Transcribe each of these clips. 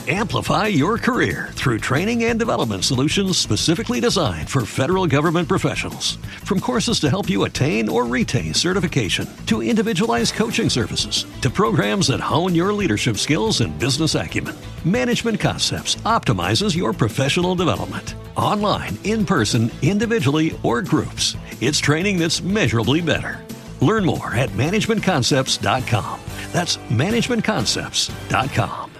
Amplify your career through training and development solutions specifically designed for federal government professionals. From courses to help you attain or retain certification, to individualized coaching services, to programs that hone your leadership skills and business acumen, Management Concepts optimizes your professional development. Online, in person, individually, or groups, it's training that's measurably better. Learn more at managementconcepts.com. That's managementconcepts.com.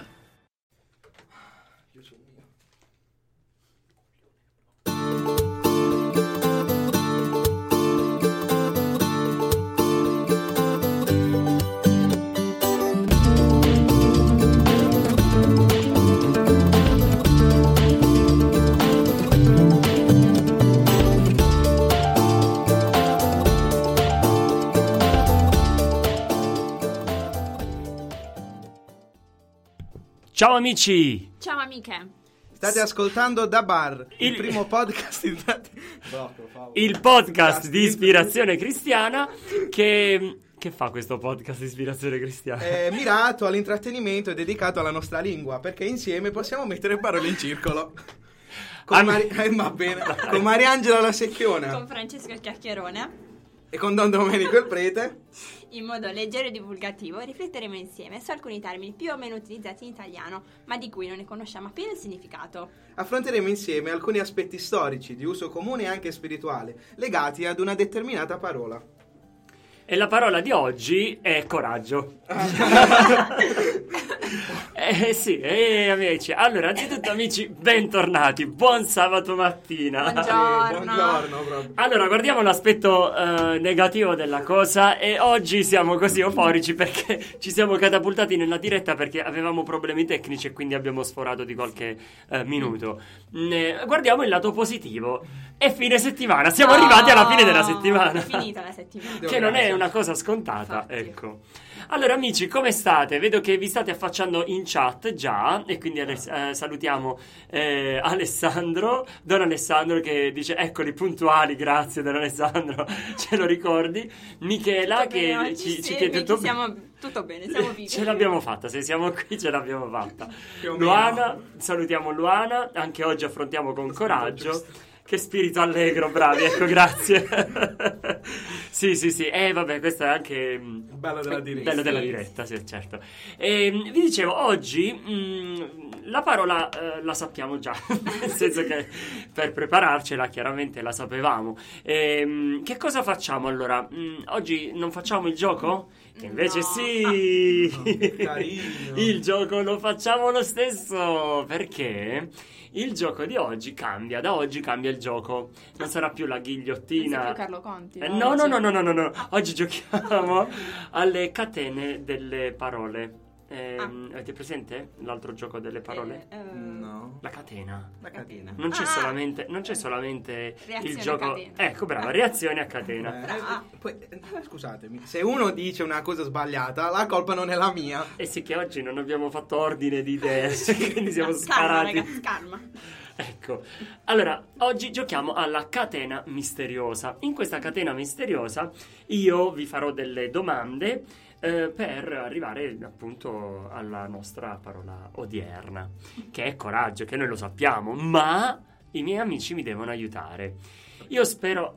Ciao amici! Ciao amiche! State ascoltando Da Bar, il primo podcast il podcast di ispirazione cristiana che fa questo podcast di ispirazione cristiana? È mirato all'intrattenimento e dedicato alla nostra lingua, perché insieme possiamo mettere parole in circolo. Con Mariangela La Secchiona, con Francesco il Chiacchierone e con Don Domenico il Prete. In modo leggero e divulgativo rifletteremo insieme su alcuni termini più o meno utilizzati in italiano, ma di cui non ne conosciamo appieno il significato. Affronteremo insieme alcuni aspetti storici, di uso comune e anche spirituale, legati ad una determinata parola. E la parola di oggi è coraggio. Sì, amici. Allora, anzitutto amici, bentornati. Buon sabato mattina. Buongiorno. Proprio. Allora, guardiamo l'aspetto negativo della cosa. E oggi siamo così euforici perché ci siamo catapultati nella diretta perché avevamo problemi tecnici e quindi abbiamo sforato di qualche minuto. Guardiamo il lato positivo. È fine settimana. Siamo arrivati alla fine della settimana. È finita la settimana. Che non è una cosa scontata. Infatti. Ecco. Allora amici, come state? Vedo che vi state affacciando in chat già e quindi salutiamo Alessandro, Don Alessandro che dice eccoli puntuali, grazie Don Alessandro, ce lo ricordi? Michela che ci chiede tutto bene, siamo vivi. Ce l'abbiamo fatta, se siamo qui ce l'abbiamo fatta. Più o Luana, salutiamo Luana, anche oggi affrontiamo con coraggio. Che spirito allegro, bravi, ecco, grazie. Sì, vabbè, questo è anche bello della diretta. Bello della diretta, sì, certo. Vi dicevo, oggi la parola la sappiamo già, nel senso che per prepararcela chiaramente la sapevamo. Che cosa facciamo allora? Oggi non facciamo il gioco? Che invece No. sì, Carino. il gioco lo facciamo lo stesso, perché il gioco di oggi cambia, da oggi cambia il gioco, non sarà più la ghigliottina. Non sei più Carlo Conti. No. Oggi giochiamo alle catene delle parole. Avete presente l'altro gioco delle parole? No. La catena. La catena. Non c'è solamente Reazione il gioco. a catena. Ecco, brava, reazione a catena. Poi, scusatemi, se uno dice una cosa sbagliata, la colpa non è la mia. E sì che oggi non abbiamo fatto ordine di idee, quindi siamo Calma, sparati. ragazzi, calma. Ecco, allora, oggi giochiamo alla catena misteriosa. In questa catena misteriosa io vi farò delle domande per arrivare appunto alla nostra parola odierna, che è coraggio, che noi lo sappiamo, ma i miei amici mi devono aiutare. Io spero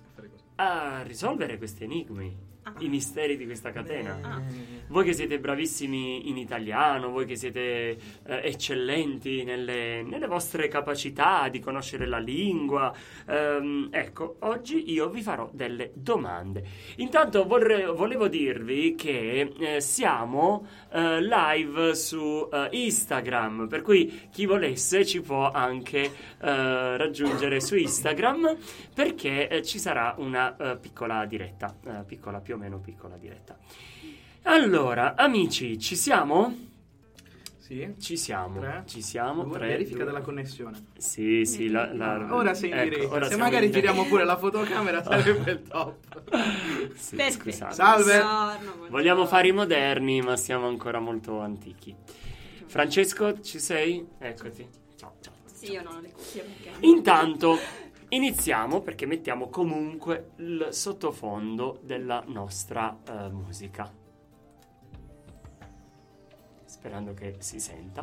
a risolvere questi enigmi, i misteri di questa catena. Voi che siete bravissimi in italiano, voi che siete eccellenti nelle vostre capacità di conoscere la lingua, ecco, oggi io vi farò delle domande. Intanto volevo dirvi che siamo live su Instagram, per cui chi volesse ci può anche raggiungere su Instagram, perché ci sarà una piccola diretta, piccola più o meno piccola diretta. Allora, amici, ci siamo? Sì. Ci siamo. 3, 3. verifica della connessione. Sì, Ora sei in diretta. ora Se siamo magari in diretta. giriamo pure la fotocamera sarebbe il top. Sì, Perfetto. scusate. Salve. Buongiorno. Vogliamo fare i moderni, ma siamo ancora molto antichi. Francesco, ci sei? Eccoti. Ciao. Sì, io non ho le cuffie perché... Intanto iniziamo, perché mettiamo comunque il sottofondo della nostra musica. Sperando che si senta.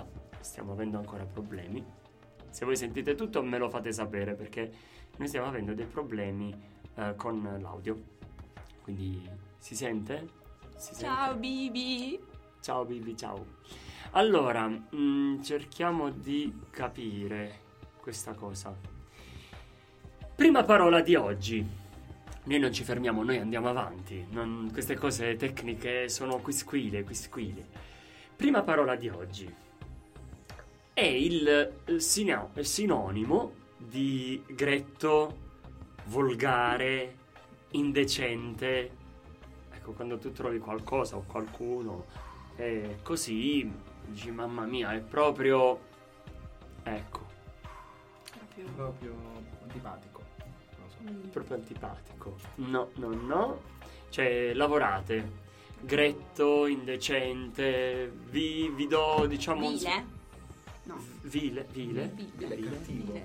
stiamo avendo ancora problemi. Se voi sentite tutto me lo fate sapere, perché noi stiamo avendo dei problemi con l'audio. Quindi si sente? Ciao Bibi. Ciao Bibi, ciao. Allora, cerchiamo di capire questa cosa. Prima parola di oggi. Noi non ci fermiamo, noi andiamo avanti. Queste cose tecniche sono quisquile. Prima parola di oggi. È il sinonimo di gretto, volgare, indecente. Ecco, quando tu trovi qualcosa o qualcuno così, dici mamma mia, è proprio, ecco, Proprio antipatico. Non so. proprio antipatico. No. Cioè, lavorate. Gretto, indecente, vi do, diciamo... Vile? No. Vile? Cattivo.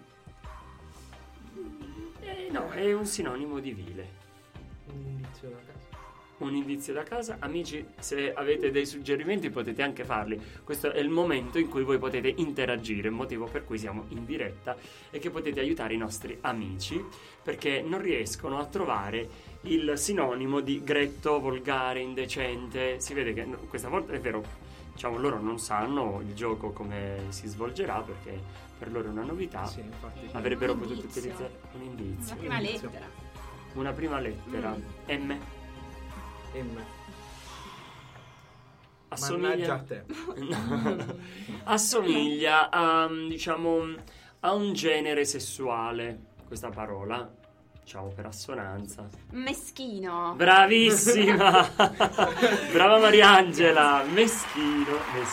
No, è un sinonimo di vile. Un indizio da casa. Un indizio da casa. Amici, se avete dei suggerimenti potete anche farli. Questo è il momento in cui voi potete interagire, il motivo per cui siamo in diretta, e che potete aiutare i nostri amici, perché non riescono a trovare il sinonimo di gretto, volgare, indecente. Si vede che questa volta è vero, diciamo, loro non sanno il gioco come si svolgerà, perché per loro è una novità. Sì, infatti. Avrebbero Un potuto indizio. utilizzare un Una indizio. prima Inizio. lettera. Una prima lettera. M. M. Assomiglia Mannaggia a te. assomiglia a, diciamo, a un genere sessuale, questa parola, diciamo, per assonanza. Meschino. Bravissima. Brava Mariangela. Meschino.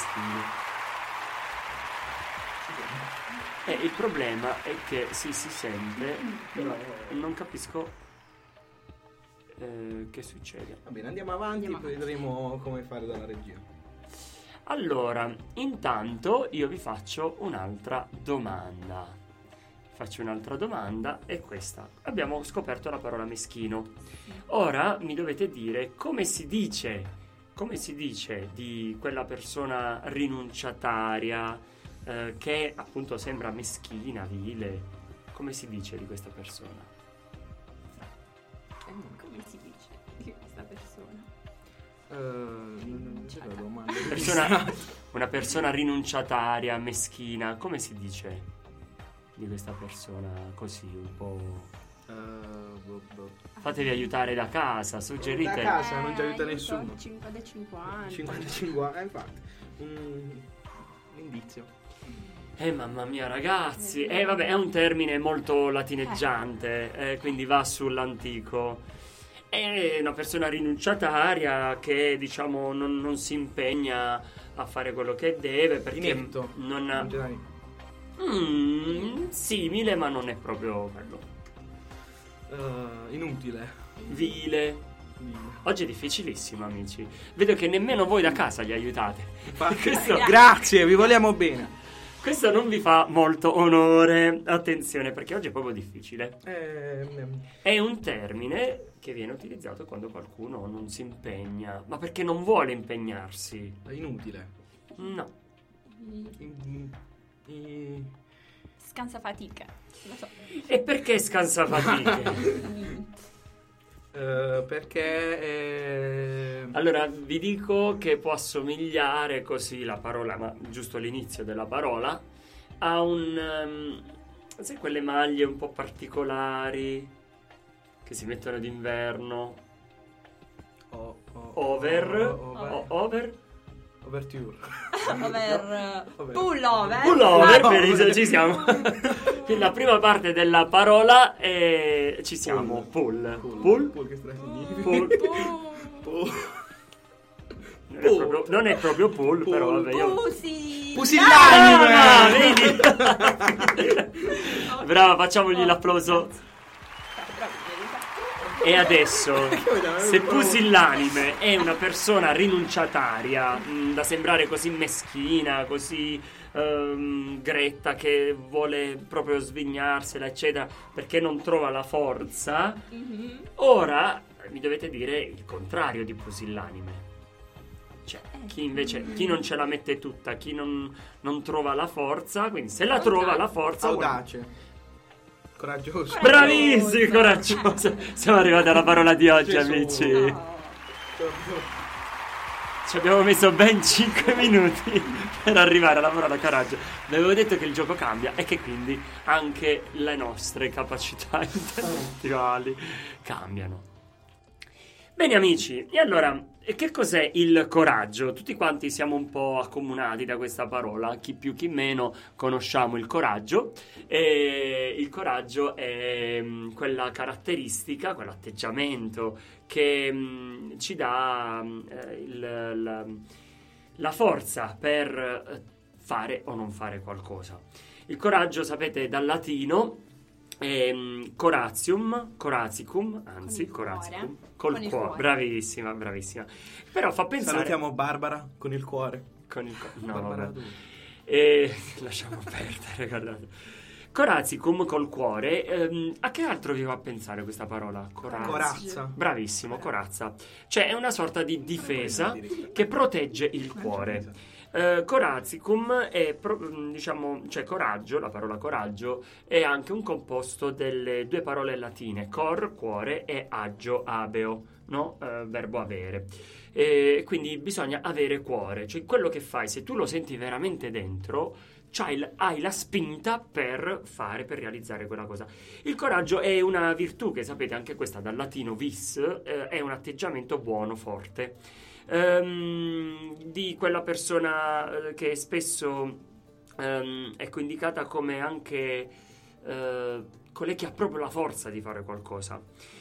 Il problema è che si sente, ma non capisco che succede. Va bene, andiamo avanti, poi vedremo come fare dalla regia. Allora, intanto io vi faccio un'altra domanda. È questa. Abbiamo scoperto la parola meschino. Ora mi dovete dire come si dice di quella persona rinunciataria, che appunto sembra meschina, vile. Come si dice di questa persona? Come si dice di questa persona? Non c'è la domanda. Una persona rinunciataria, meschina, come si dice di questa persona così un po'? Fatevi aiutare da casa, suggerite. Da casa non ci aiuta io nessuno. so 50 e 50. 50, infatti. Un indizio. Mamma mia ragazzi, vabbè, è un termine molto latineggiante, quindi va sull'antico. È una persona rinunciataria che, diciamo, non si impegna a fare quello che deve perché Inetto. non ha... In generale. simile, ma non è proprio quello. Inutile. Vile. Oggi è difficilissimo, amici. Vedo che nemmeno voi da casa li aiutate. Grazie, vi vogliamo bene. Questo non vi fa molto onore. Attenzione, perché oggi è proprio difficile. È un termine che viene utilizzato quando qualcuno non si impegna, ma perché non vuole impegnarsi. Inutile. No. Scansa fatica. Lo so. E perché scansa fatiche? Perché Allora, vi dico che può assomigliare così la parola, ma giusto l'inizio della parola, a un... sai, quelle maglie un po' particolari che si mettono d'inverno? Over? Overture. Pullover. Pullover, No, ci siamo. La prima parte della parola ci siamo. Pull. Che strano significa. Pull. Non è proprio pull, però vabbè, io... Pusillanime! Vedi? Brava, facciamogli l'applauso. E adesso, se pusillanime è una persona rinunciataria, da sembrare così meschina, così gretta, che vuole proprio svignarsela, eccetera, perché non trova la forza, ora mi dovete dire il contrario di pusillanime. Cioè, chi non ce la mette tutta, chi non trova la forza, quindi se la trova la forza... Audace. Coraggioso. Bravissimi, coraggioso. Siamo arrivati alla parola di oggi, Gesù. amici. No. Ci abbiamo messo ben 5 minuti per arrivare alla parola coraggio. Vi avevo detto che il gioco cambia e che quindi anche le nostre capacità intellettuali cambiano. Bene amici, e allora, che cos'è il coraggio? Tutti quanti siamo un po' accomunati da questa parola, chi più chi meno conosciamo il coraggio, e il coraggio è quella caratteristica, quell'atteggiamento che ci dà la forza per fare o non fare qualcosa. Il coraggio, sapete, dal latino... corazicum, anzi corazicum, col cuore. Bravissima. Però fa pensare. Salutiamo Barbara con il cuore. No, vabbè. Lasciamo perdere, guardate. Corazicum col cuore. A che altro vi fa pensare questa parola? Corazza. Bravissimo, corazza. Cioè è una sorta di difesa che protegge il cuore. Corazicum è, cioè coraggio, la parola coraggio è anche un composto delle due parole latine, cor, cuore, e agio, abeo, no? Verbo avere. Quindi bisogna avere cuore, cioè quello che fai, se tu lo senti veramente dentro, hai la spinta per realizzare quella cosa. Il coraggio è una virtù che sapete, anche questa dal latino vis, è un atteggiamento buono, forte. Di quella persona che spesso ecco indicata come anche colei che ha proprio la forza di fare qualcosa,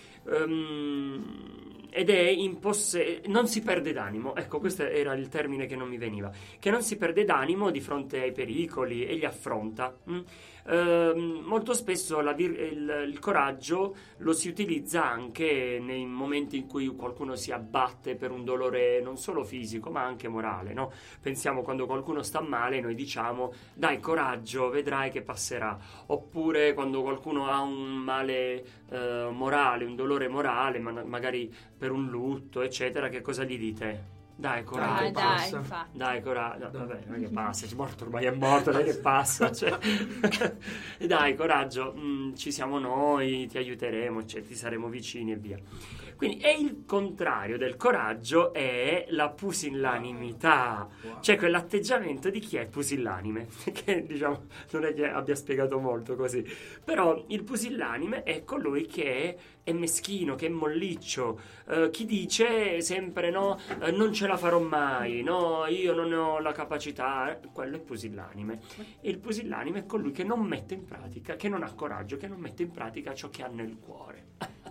ed è non si perde d'animo. Ecco, questo era il termine che non mi veniva, che non si perde d'animo di fronte ai pericoli e li affronta. Molto spesso il coraggio lo si utilizza anche nei momenti in cui qualcuno si abbatte per un dolore non solo fisico ma anche morale, no? Pensiamo quando qualcuno sta male, noi diciamo dai coraggio, vedrai che passerà. Oppure quando qualcuno ha un male morale, un dolore morale, magari per un lutto eccetera, che cosa gli dite? Dai coraggio, dai coraggio, no, vabbè, non è che passa, è morto, ormai è morto, non è che passa, cioè. Dai coraggio, ci siamo noi, ti aiuteremo, cioè, ti saremo vicini e via. Quindi è il contrario del coraggio, è la pusillanimità, cioè quell'atteggiamento di chi è pusillanime, che diciamo non è che abbia spiegato molto così, però il pusillanime è colui che è meschino, che è molliccio, chi dice sempre no, non ce la farò mai, no, io non ho la capacità, quello è pusillanime. E il pusillanime è colui che non mette in pratica, che non ha coraggio, che non mette in pratica ciò che ha nel cuore.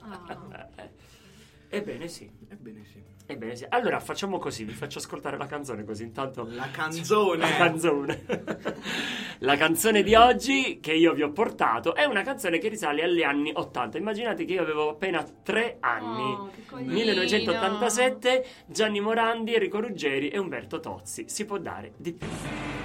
Ebbene sì. Allora facciamo così, vi faccio ascoltare la canzone così intanto. La canzone di oggi che io vi ho portato è una canzone che risale agli anni 80. Immaginate che io avevo appena 3 anni. 1987, Gianni Morandi, Enrico Ruggeri e Umberto Tozzi. Si può dare di più.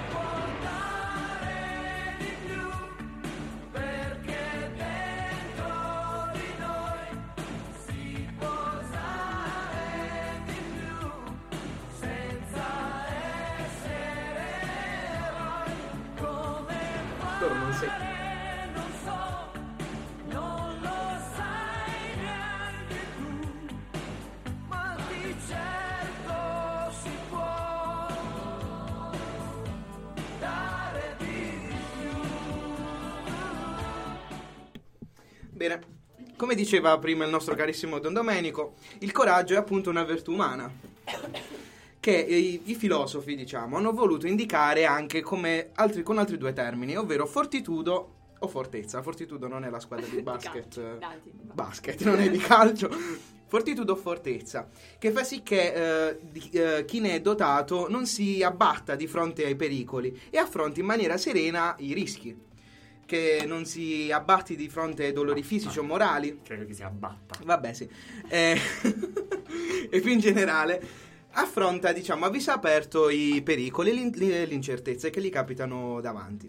Bene, come diceva prima il nostro carissimo Don Domenico, il coraggio è appunto una virtù umana che i filosofi, diciamo, hanno voluto indicare anche con altri 2 termini, ovvero fortitudo o fortezza. Fortitudo non è la squadra di basket, basket non è di calcio. Fortitudo o fortezza, che fa sì che chi ne è dotato non si abbatta di fronte ai pericoli e affronti in maniera serena i rischi. Che non si abbatti di fronte ai dolori fisici o morali. Credo che si abbatta. Vabbè, sì. E più in generale affronta, diciamo, a viso aperto i pericoli e le incertezze che gli capitano davanti.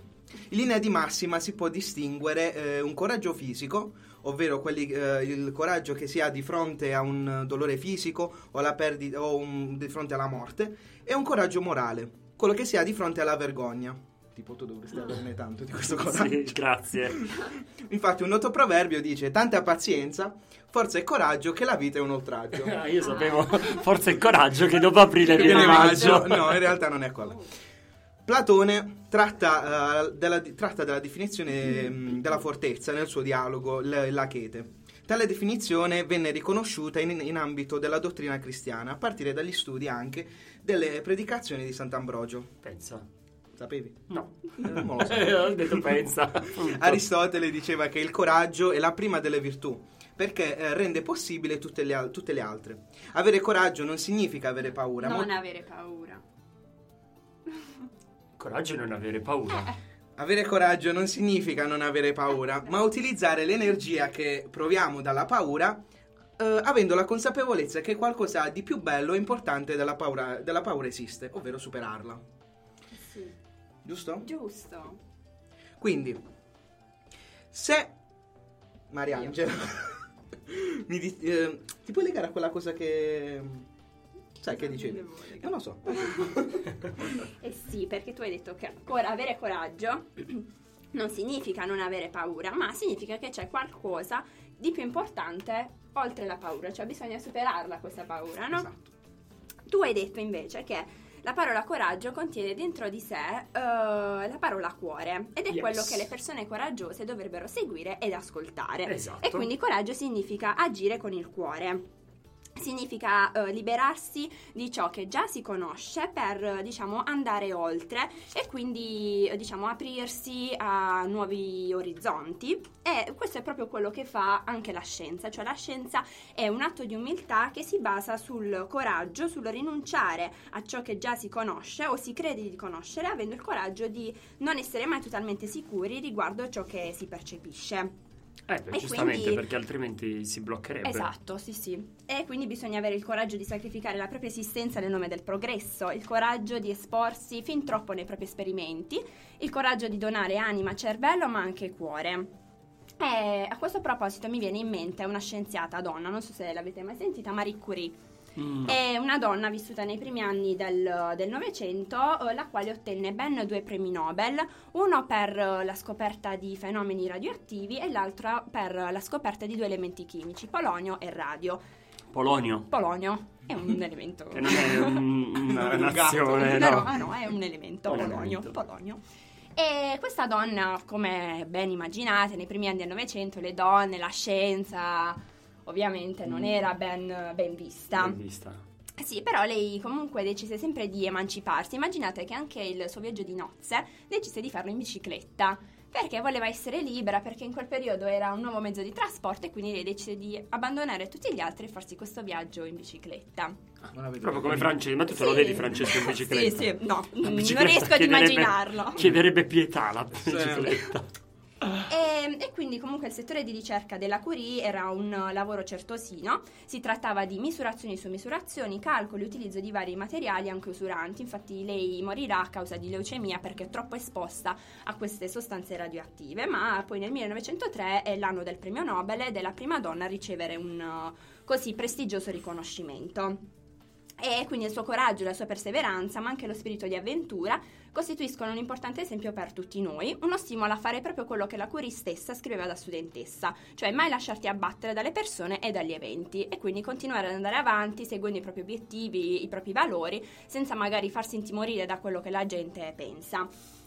In linea di massima si può distinguere un coraggio fisico, ovvero il coraggio che si ha di fronte a un dolore fisico o alla perdita o di fronte alla morte, e un coraggio morale, quello che si ha di fronte alla vergogna. Tipo, tu dovresti averne tanto di questo coraggio. Sì, grazie. Infatti un noto proverbio dice: tanta pazienza, forza e coraggio, che la vita è un oltraggio. Io sapevo forza e coraggio che dopo aprile viene maggio. No, in realtà non è quello. Platone tratta della definizione della fortezza nel suo dialogo l'Achete. Tale definizione venne riconosciuta in ambito della dottrina cristiana, a partire dagli studi anche delle predicazioni di Sant'Ambrogio. Pensa. Sapevi? No. Non lo so. Ho detto pensa. Aristotele diceva che il coraggio è la prima delle virtù, perché rende possibile tutte le altre. Avere coraggio non significa avere paura. Non avere paura. Coraggio e non avere paura. Avere coraggio non significa non avere paura, ma utilizzare l'energia che proviamo dalla paura, avendo la consapevolezza che qualcosa di più bello e importante della paura esiste, ovvero superarla. Sì. Giusto? Giusto. Quindi, se Mariangela ti puoi legare a quella cosa che... Sai che dicevi? Non lo so. Eh sì, perché tu hai detto che avere coraggio non significa non avere paura, ma significa che c'è qualcosa di più importante oltre la paura, cioè bisogna superarla questa paura, no? Esatto. Tu hai detto invece che la parola coraggio contiene dentro di sé la parola cuore, ed è quello che le persone coraggiose dovrebbero seguire ed ascoltare. Esatto. E quindi coraggio significa agire con il cuore. Significa liberarsi di ciò che già si conosce per, diciamo, andare oltre e quindi, diciamo, aprirsi a nuovi orizzonti. E questo è proprio quello che fa anche la scienza, cioè la scienza è un atto di umiltà che si basa sul coraggio, sul rinunciare a ciò che già si conosce o si crede di conoscere, avendo il coraggio di non essere mai totalmente sicuri riguardo a ciò che si percepisce. Giustamente, quindi, perché altrimenti si bloccherebbe. Esatto, sì. E quindi bisogna avere il coraggio di sacrificare la propria esistenza nel nome del progresso, il coraggio di esporsi fin troppo nei propri esperimenti, il coraggio di donare anima, cervello, ma anche cuore. E a questo proposito mi viene in mente una scienziata donna, non so se l'avete mai sentita, Marie Curie. È una donna vissuta nei primi anni del Novecento, la quale ottenne ben 2 premi Nobel, uno per la scoperta di fenomeni radioattivi e l'altro per la scoperta di 2 elementi chimici, polonio e radio. Polonio È un elemento. che non è una nazione, no. No, è un elemento, Un polonio. elemento. Polonio. E questa donna, come ben immaginate, nei primi anni del Novecento le donne, la scienza, ovviamente non era ben vista. Ben vista. Sì, però lei comunque decise sempre di emanciparsi. Immaginate che anche il suo viaggio di nozze decise di farlo in bicicletta, perché voleva essere libera, perché in quel periodo era un nuovo mezzo di trasporto e quindi lei decise di abbandonare tutti gli altri e farsi questo viaggio in bicicletta. Proprio come Francesco, ma tu te lo vedi Francesco in bicicletta? Sì, no, La non bicicletta riesco ad immaginarlo. Chiederebbe pietà la bicicletta. E quindi comunque il settore di ricerca della Curie era un lavoro certosino. Si trattava di misurazioni su misurazioni, calcoli, utilizzo di vari materiali anche usuranti. Infatti lei morirà a causa di leucemia perché è troppo esposta a queste sostanze radioattive, ma poi nel 1903 è l'anno del premio Nobel ed è la prima donna a ricevere un così prestigioso riconoscimento. E quindi il suo coraggio, la sua perseveranza, ma anche lo spirito di avventura costituiscono un importante esempio per tutti noi, uno stimolo a fare proprio quello che la Curie stessa scriveva da studentessa, cioè mai lasciarti abbattere dalle persone e dagli eventi, e quindi continuare ad andare avanti seguendo i propri obiettivi, i propri valori, senza magari farsi intimorire da quello che la gente pensa.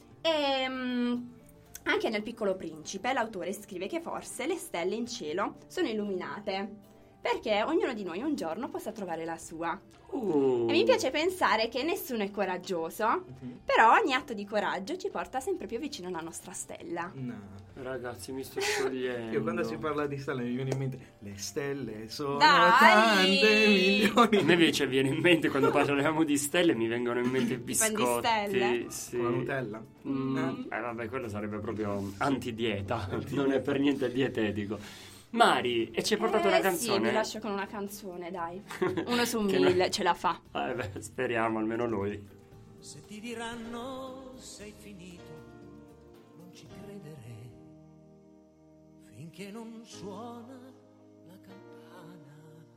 Anche nel Piccolo Principe l'autore scrive che forse le stelle in cielo sono illuminate, perché ognuno di noi un giorno possa trovare la sua. E mi piace pensare che nessuno è coraggioso, però ogni atto di coraggio ci porta sempre più vicino alla nostra stella. No. Ragazzi, mi sto sciogliendo. Io quando si parla di stelle mi viene in mente le stelle sono Dai! tante milioni. A me invece viene in mente, quando parliamo di stelle, mi vengono in mente i biscotti. stelle? Sì. Con la Nutella. Vabbè, quello sarebbe proprio antidieta. Non è per niente dietetico. Mari, e ci hai portato una canzone? Sì, vi lascio con una canzone, dai. Uno su Che 1000 ce la fa. Speriamo, almeno lui. Se ti diranno sei finito, non ci credere finché non suona la campana.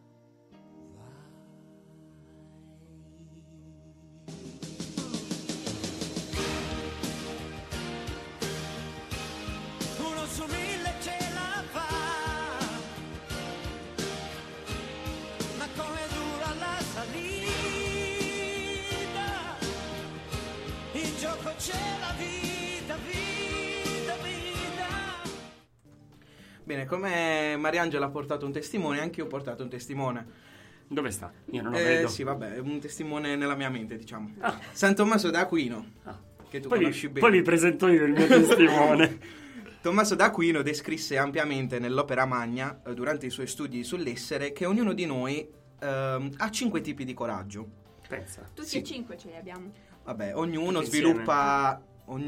Vai. Uno su 1000 ce la fa, ma come dura la salita, in gioco c'è la vita, vita, vita. Bene, come Mariangela ha portato un testimone, anche io ho portato un testimone. Dove sta? Io non lo vedo. Sì, vabbè, è un testimone nella mia mente, diciamo. Ah. San Tommaso d'Aquino, Ah. che tu Poi conosci bene. poi vi presento io il mio testimone. Tommaso d'Aquino descrisse ampiamente nell'Opera Magna, durante i suoi studi sull'essere, che ognuno di noi ha 5 tipi di coraggio. Pensa. Tutti Sì. e 5 ce li abbiamo. Vabbè, ognuno Tutti sviluppa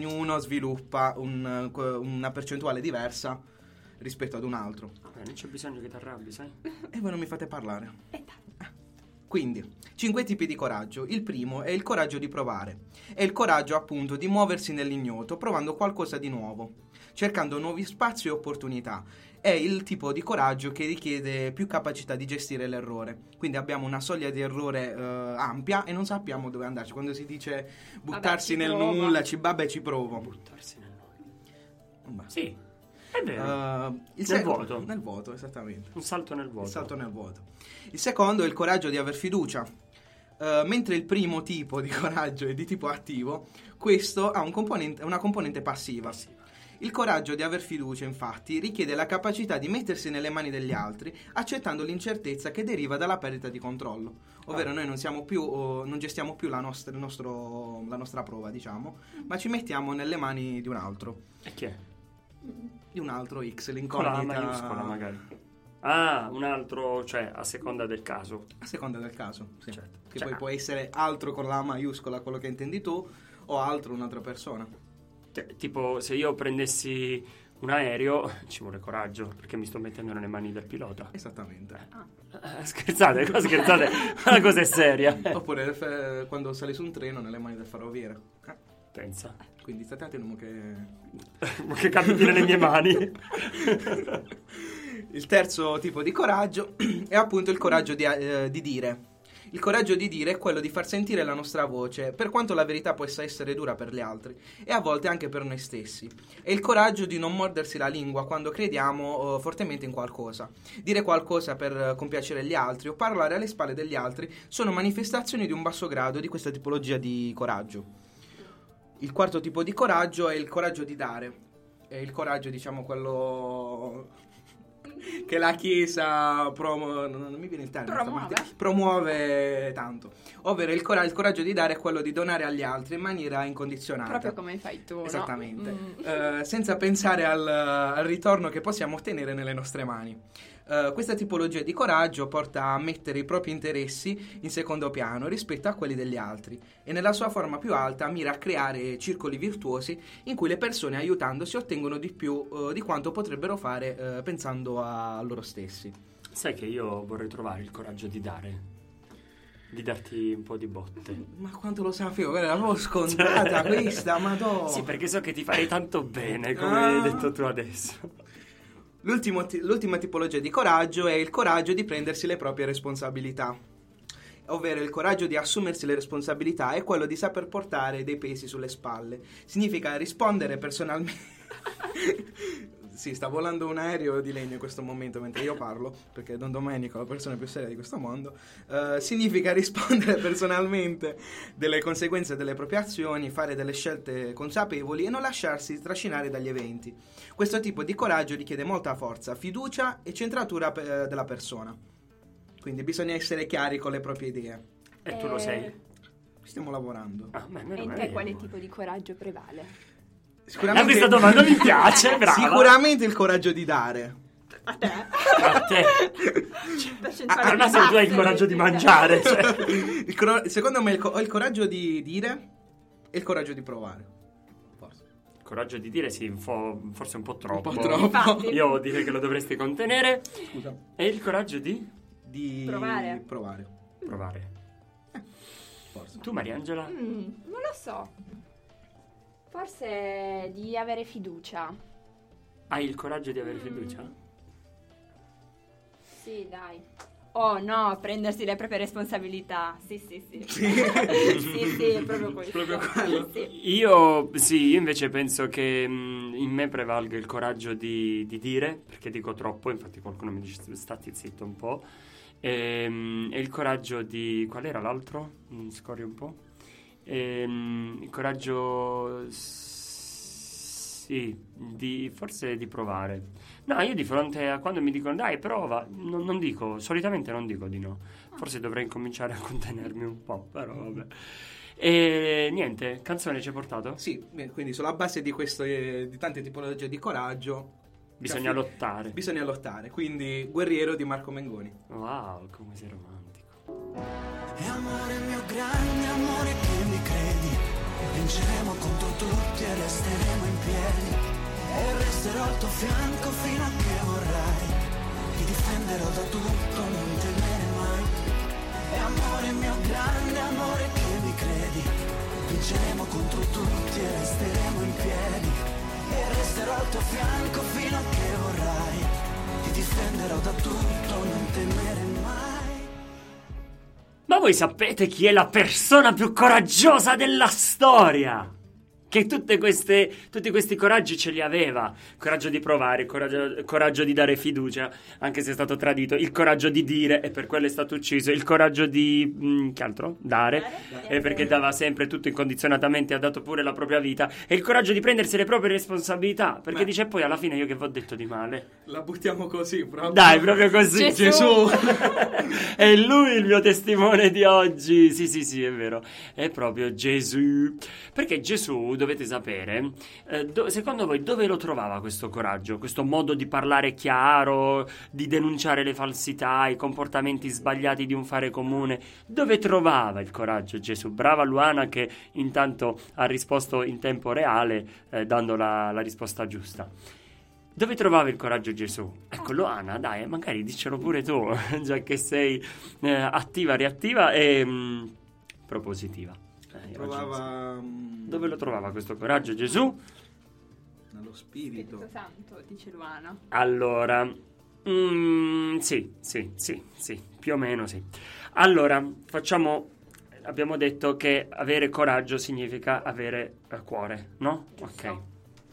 una percentuale diversa rispetto ad un altro. Vabbè, non c'è bisogno che ti arrabbi, sai? E voi non mi fate parlare. Quindi, 5 tipi di coraggio. Il primo è il coraggio di provare. È il coraggio, appunto, di muoversi nell'ignoto, provando qualcosa di nuovo, cercando nuovi spazi e opportunità. È il tipo di coraggio che richiede più capacità di gestire l'errore. Quindi abbiamo una soglia di errore ampia e non sappiamo dove andarci. Quando si dice buttarsi Vabbè, ci nel provo. nulla, ci provo. Buttarsi nel nulla. Vabbè. Sì, è vero. Nel vuoto. Nel vuoto, esattamente. Un salto nel vuoto. Il salto nel vuoto. Il secondo è il coraggio di aver fiducia. Mentre il primo tipo di coraggio è di tipo attivo, questo ha una componente passiva. Il coraggio di aver fiducia, infatti, richiede la capacità di mettersi nelle mani degli altri, accettando l'incertezza che deriva dalla perdita di controllo. Ovvero noi non gestiamo più la nostra prova, diciamo, ma ci mettiamo nelle mani di un altro. E chi è? Di un altro X, Con la l'incognita. maiuscola, magari. Ah, un altro, cioè, a seconda del caso. A seconda del caso, sì. Certo. Che Cioè, poi può essere altro con la maiuscola, quello che intendi tu, o altro un'altra persona. tipo, se io prendessi un aereo, ci vuole coraggio, perché mi sto mettendo nelle mani del pilota. Esattamente. Scherzate, cosa scherzate? La cosa è seria. Oppure quando sali su un treno nelle mani del ferroviere. Pensa. Quindi state attenti che... Che capiti nelle mie mani. Il terzo tipo di coraggio è appunto il coraggio di dire. Il coraggio di dire è quello di far sentire la nostra voce, per quanto la verità possa essere dura per gli altri e a volte anche per noi stessi. È il coraggio di non mordersi la lingua quando crediamo fortemente in qualcosa. Dire qualcosa per compiacere gli altri o parlare alle spalle degli altri sono manifestazioni di un basso grado di questa tipologia di coraggio. Il quarto tipo di coraggio è il coraggio di dare. È il coraggio, diciamo, quello che la Chiesa non mi viene il termine, promuove tanto. Ovvero il coraggio di dare è quello di donare agli altri in maniera incondizionata. Proprio come fai tu, Esattamente. No? Senza pensare al ritorno che possiamo ottenere nelle nostre mani. Questa tipologia di coraggio porta a mettere i propri interessi in secondo piano rispetto a quelli degli altri e nella sua forma più alta mira a creare circoli virtuosi in cui le persone aiutandosi ottengono di più di quanto potrebbero fare pensando a loro stessi. Sai che io vorrei trovare il coraggio di dare, di darti un po' di botte. Ma quanto lo sapevo, l'avevo scontata questa, madò. Sì, perché so che ti farei tanto bene, come hai detto tu adesso. L'ultima tipologia di coraggio è il coraggio di prendersi le proprie responsabilità, ovvero il coraggio di assumersi le responsabilità è quello di saper portare dei pesi sulle spalle. Significa rispondere personalmente. Sì, sta volando un aereo di legno in questo momento mentre io parlo, perché Don Domenico è la persona più seria di questo mondo. Significa rispondere personalmente delle conseguenze delle proprie azioni, fare delle scelte consapevoli e non lasciarsi trascinare dagli eventi. Questo tipo di coraggio richiede molta forza, fiducia e centratura della persona. Quindi bisogna essere chiari con le proprie idee. E tu lo sei? Stiamo lavorando. E in te quale tipo di coraggio prevale? Sicuramente... questa domanda mi piace, brava. Sicuramente il coraggio di dare. A te? A te. Al massimo tu hai il coraggio di mangiare. Cioè. Secondo me ho il coraggio di dire e il coraggio di provare. Forse. Il coraggio di dire sì, forse un po' troppo. Un po' troppo. Infatti. Io direi che lo dovresti contenere. Scusa. E il coraggio di Provare. provare. Forse. Tu, Mariangela? Non lo so. Forse di avere fiducia. Hai il coraggio di avere fiducia? Sì, dai. Oh no, prendersi le proprie responsabilità. Sì. sì, è proprio questo. Proprio quello. Sì. Io invece penso che in me prevalga il coraggio di dire, perché dico troppo, infatti qualcuno mi dice stati zitto un po', e il coraggio di... qual era l'altro? Scorri un po'. Il coraggio... sì, forse di provare. No, io di fronte a quando mi dicono dai prova, non dico, solitamente non dico di no. Forse dovrei incominciare a contenermi un po', però vabbè. E niente, canzone ci hai portato? Sì, quindi sulla base di di tante tipologie di coraggio Bisogna lottare. Bisogna lottare, quindi Guerriero di Marco Mengoni. Wow, come sei romantico. E amore mio grande amore che mi credi, vinceremo contro tutti e resteremo in piedi, e resterò al tuo fianco fino a che vorrai, ti difenderò da tutto, non temere mai. E amore mio grande amore che mi credi, vinceremo contro tutti e resteremo in piedi, e resterò al tuo fianco fino a che vorrai, ti difenderò da tutto, non temere mai. Ma voi sapete chi è la persona più coraggiosa della storia? Che tutti questi coraggi ce li aveva. Coraggio di provare, coraggio di dare fiducia, anche se è stato tradito. Il coraggio di dire, e per quello è stato ucciso. Il coraggio di... che altro? Dare. E perché dava sempre tutto incondizionatamente, ha dato pure la propria vita. E il coraggio di prendersi le proprie responsabilità. Perché dice poi alla fine io che vi ho detto di male. La buttiamo così, proprio. Dai, proprio così. Gesù. È lui il mio testimone di oggi. Sì, è vero. È proprio Gesù. Perché Gesù, dovete sapere, secondo voi dove lo trovava questo coraggio? Questo modo di parlare chiaro, di denunciare le falsità, i comportamenti sbagliati di un fare comune? Dove trovava il coraggio Gesù? Brava Luana che intanto ha risposto in tempo reale, dando la risposta giusta. Dove trovava il coraggio Gesù? Ecco, Luana, dai, magari diccelo pure tu, già che sei attiva, reattiva e propositiva. Trovava Dove lo trovava questo coraggio Gesù? nello spirito. Spirito Santo, dice Luana. Allora, sì, più o meno sì. Allora, abbiamo detto che avere coraggio significa avere cuore, no? Giusto. Ok.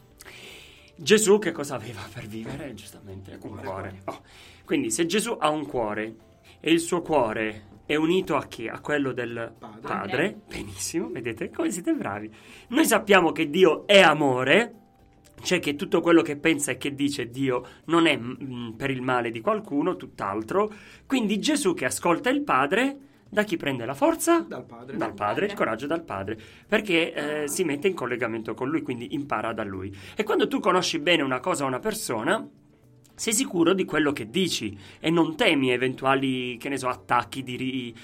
Gesù che cosa aveva per vivere? Giustamente un cuore. Oh. Quindi se Gesù ha un cuore e il suo cuore è unito a chi? A quello del Padre. Benissimo, vedete come siete bravi. Noi sappiamo che Dio è amore, cioè che tutto quello che pensa e che dice Dio non è per il male di qualcuno, tutt'altro. Quindi Gesù che ascolta il Padre, da chi prende la forza? Dal Padre. Dal Padre, il coraggio dal Padre, perché si mette in collegamento con Lui, quindi impara da Lui. E quando tu conosci bene una cosa o una persona, sei sicuro di quello che dici e non temi eventuali, che ne so, attacchi di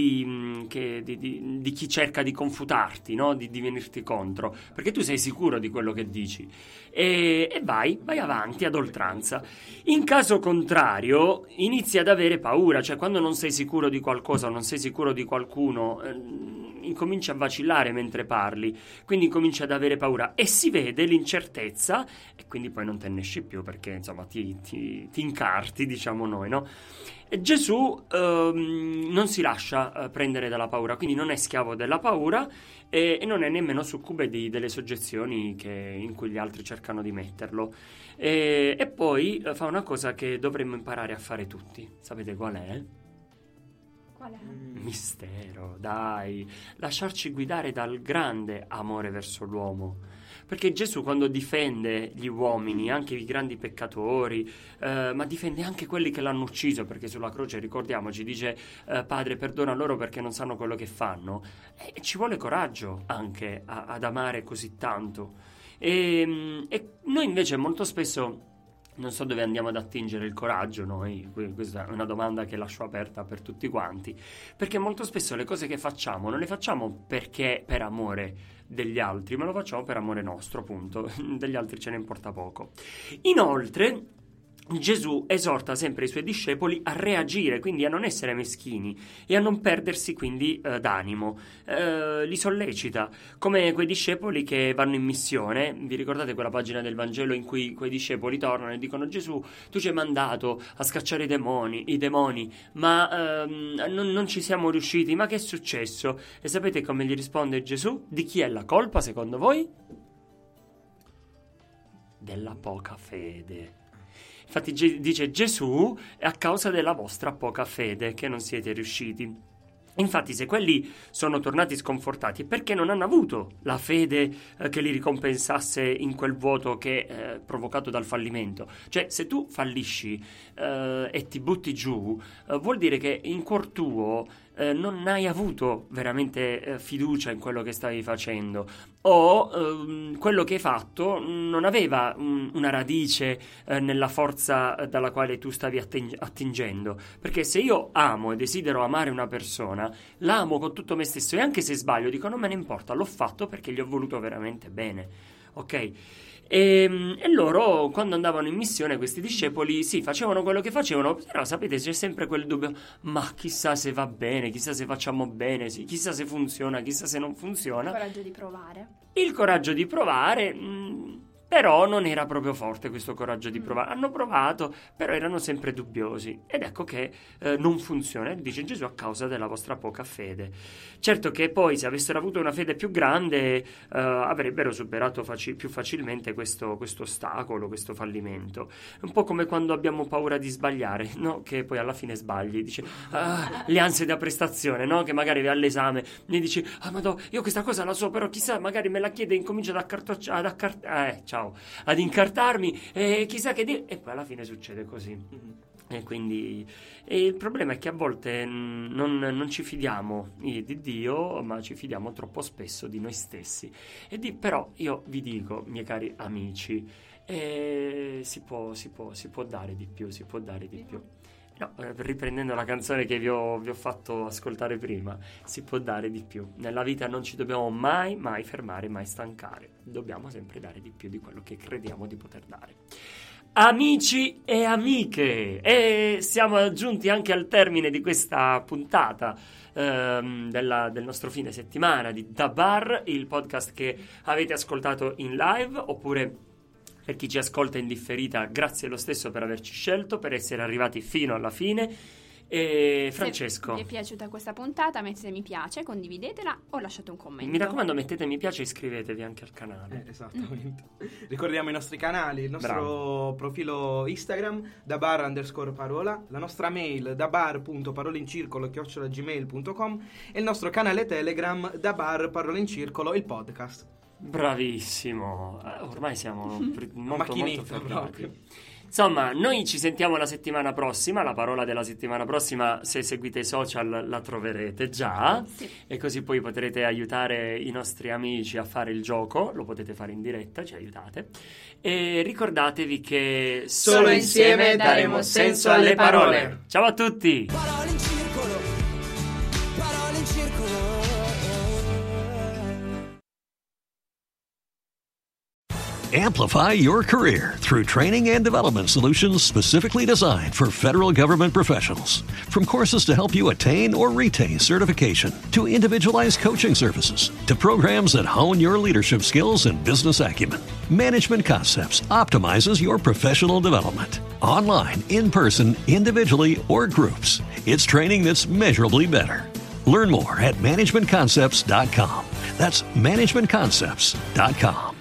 chi cerca di confutarti, no? Di venirti contro, perché tu sei sicuro di quello che dici e vai avanti ad oltranza. In caso contrario inizi ad avere paura, cioè quando non sei sicuro di qualcosa o non sei sicuro di qualcuno, incominci a vacillare mentre parli, quindi incominci ad avere paura e si vede l'incertezza e quindi poi non te ne esci più perché insomma ti incarti, diciamo noi, no? E Gesù non si lascia prendere dalla paura, quindi non è schiavo della paura e non è nemmeno succube delle soggezioni in cui gli altri cercano di metterlo. E poi fa una cosa che dovremmo imparare a fare tutti. Sapete qual è? Qual è? Mistero, dai, lasciarci guidare dal grande amore verso l'uomo. Perché Gesù quando difende gli uomini, anche i grandi peccatori, ma difende anche quelli che l'hanno ucciso, perché sulla croce, ricordiamoci, dice Padre perdona loro perché non sanno quello che fanno, e ci vuole coraggio anche ad amare così tanto. E noi invece molto spesso non so dove andiamo ad attingere il coraggio noi, questa è una domanda che lascio aperta per tutti quanti, perché molto spesso le cose che facciamo non le facciamo perché per amore degli altri, ma lo facciamo per amore nostro, appunto. Degli altri ce ne importa poco. Inoltre Gesù esorta sempre i suoi discepoli a reagire, quindi a non essere meschini e a non perdersi quindi d'animo. Li sollecita, come quei discepoli che vanno in missione. Vi ricordate quella pagina del Vangelo in cui quei discepoli tornano e dicono: Gesù, tu ci hai mandato a scacciare i demoni, ma non ci siamo riusciti, ma che è successo? E sapete come gli risponde Gesù? Di chi è la colpa secondo voi? Della poca fede. Infatti dice Gesù, è a causa della vostra poca fede che non siete riusciti. Infatti, se quelli sono tornati sconfortati è perché non hanno avuto la fede che li ricompensasse in quel vuoto che è provocato dal fallimento. Cioè, se tu fallisci e ti butti giù, vuol dire che in cuor tuo non hai avuto veramente fiducia in quello che stavi facendo, o quello che hai fatto non aveva una radice nella forza dalla quale tu stavi attingendo. Perché se io amo e desidero amare una persona, l'amo con tutto me stesso, e anche se sbaglio dico non me ne importa, l'ho fatto perché gli ho voluto veramente bene, ok? E loro, quando andavano in missione, questi discepoli sì, facevano quello che facevano, però sapete, c'è sempre quel dubbio: ma chissà se va bene, chissà se facciamo bene, sì, chissà se funziona, chissà se non funziona. Il coraggio di provare, però non era proprio forte questo coraggio di provare. Hanno provato, però erano sempre dubbiosi, ed ecco che non funziona, dice Gesù, a causa della vostra poca fede. Certo che poi, se avessero avuto una fede più grande, avrebbero superato più facilmente questo ostacolo, questo fallimento. È un po' come quando abbiamo paura di sbagliare, no? Che poi alla fine sbagli, dici le ansie da prestazione, no? Che magari all'esame mi dici: madò, io questa cosa la so, però chissà, magari me la chiede e incomincio ad incartarmi, e chissà che dire, e poi alla fine succede così. E quindi il problema è che a volte non ci fidiamo di Dio, ma ci fidiamo troppo spesso di noi stessi. Però io vi dico, miei cari amici, si può dare di più, si può dare di più. No, riprendendo la canzone che vi ho fatto ascoltare prima, si può dare di più. Nella vita non ci dobbiamo mai fermare, mai stancare. Dobbiamo sempre dare di più di quello che crediamo di poter dare. Amici e amiche, e siamo giunti anche al termine di questa puntata del nostro fine settimana di Da Bar, il podcast che avete ascoltato in live, oppure per chi ci ascolta in differita, grazie lo stesso per averci scelto, per essere arrivati fino alla fine. E Francesco, se vi è piaciuta questa puntata, mettete mi piace, condividetela o lasciate un commento. Mi raccomando, mettete mi piace e iscrivetevi anche al canale. Esattamente. Ricordiamo i nostri canali: il nostro profilo Instagram dabar_parola, la nostra mail dabar.parolaincircolo@gmail.com e il nostro canale Telegram Dabar Parole in Circolo, il podcast. Bravissimo, ormai siamo molto fermati. Proprio. Insomma, noi ci sentiamo la settimana prossima. La parola della settimana prossima, se seguite i social, la troverete già, sì. E così poi potrete aiutare i nostri amici a fare il gioco. Lo potete fare in diretta, ci aiutate. E ricordatevi che solo insieme daremo senso alle parole. Ciao a tutti. Parole in circolo, parole in circolo. Amplify your career through training and development solutions specifically designed for federal government professionals. From courses to help you attain or retain certification, to individualized coaching services, to programs that hone your leadership skills and business acumen, Management Concepts optimizes your professional development. Online, in person, individually, or groups, it's training that's measurably better. Learn more at managementconcepts.com. That's managementconcepts.com.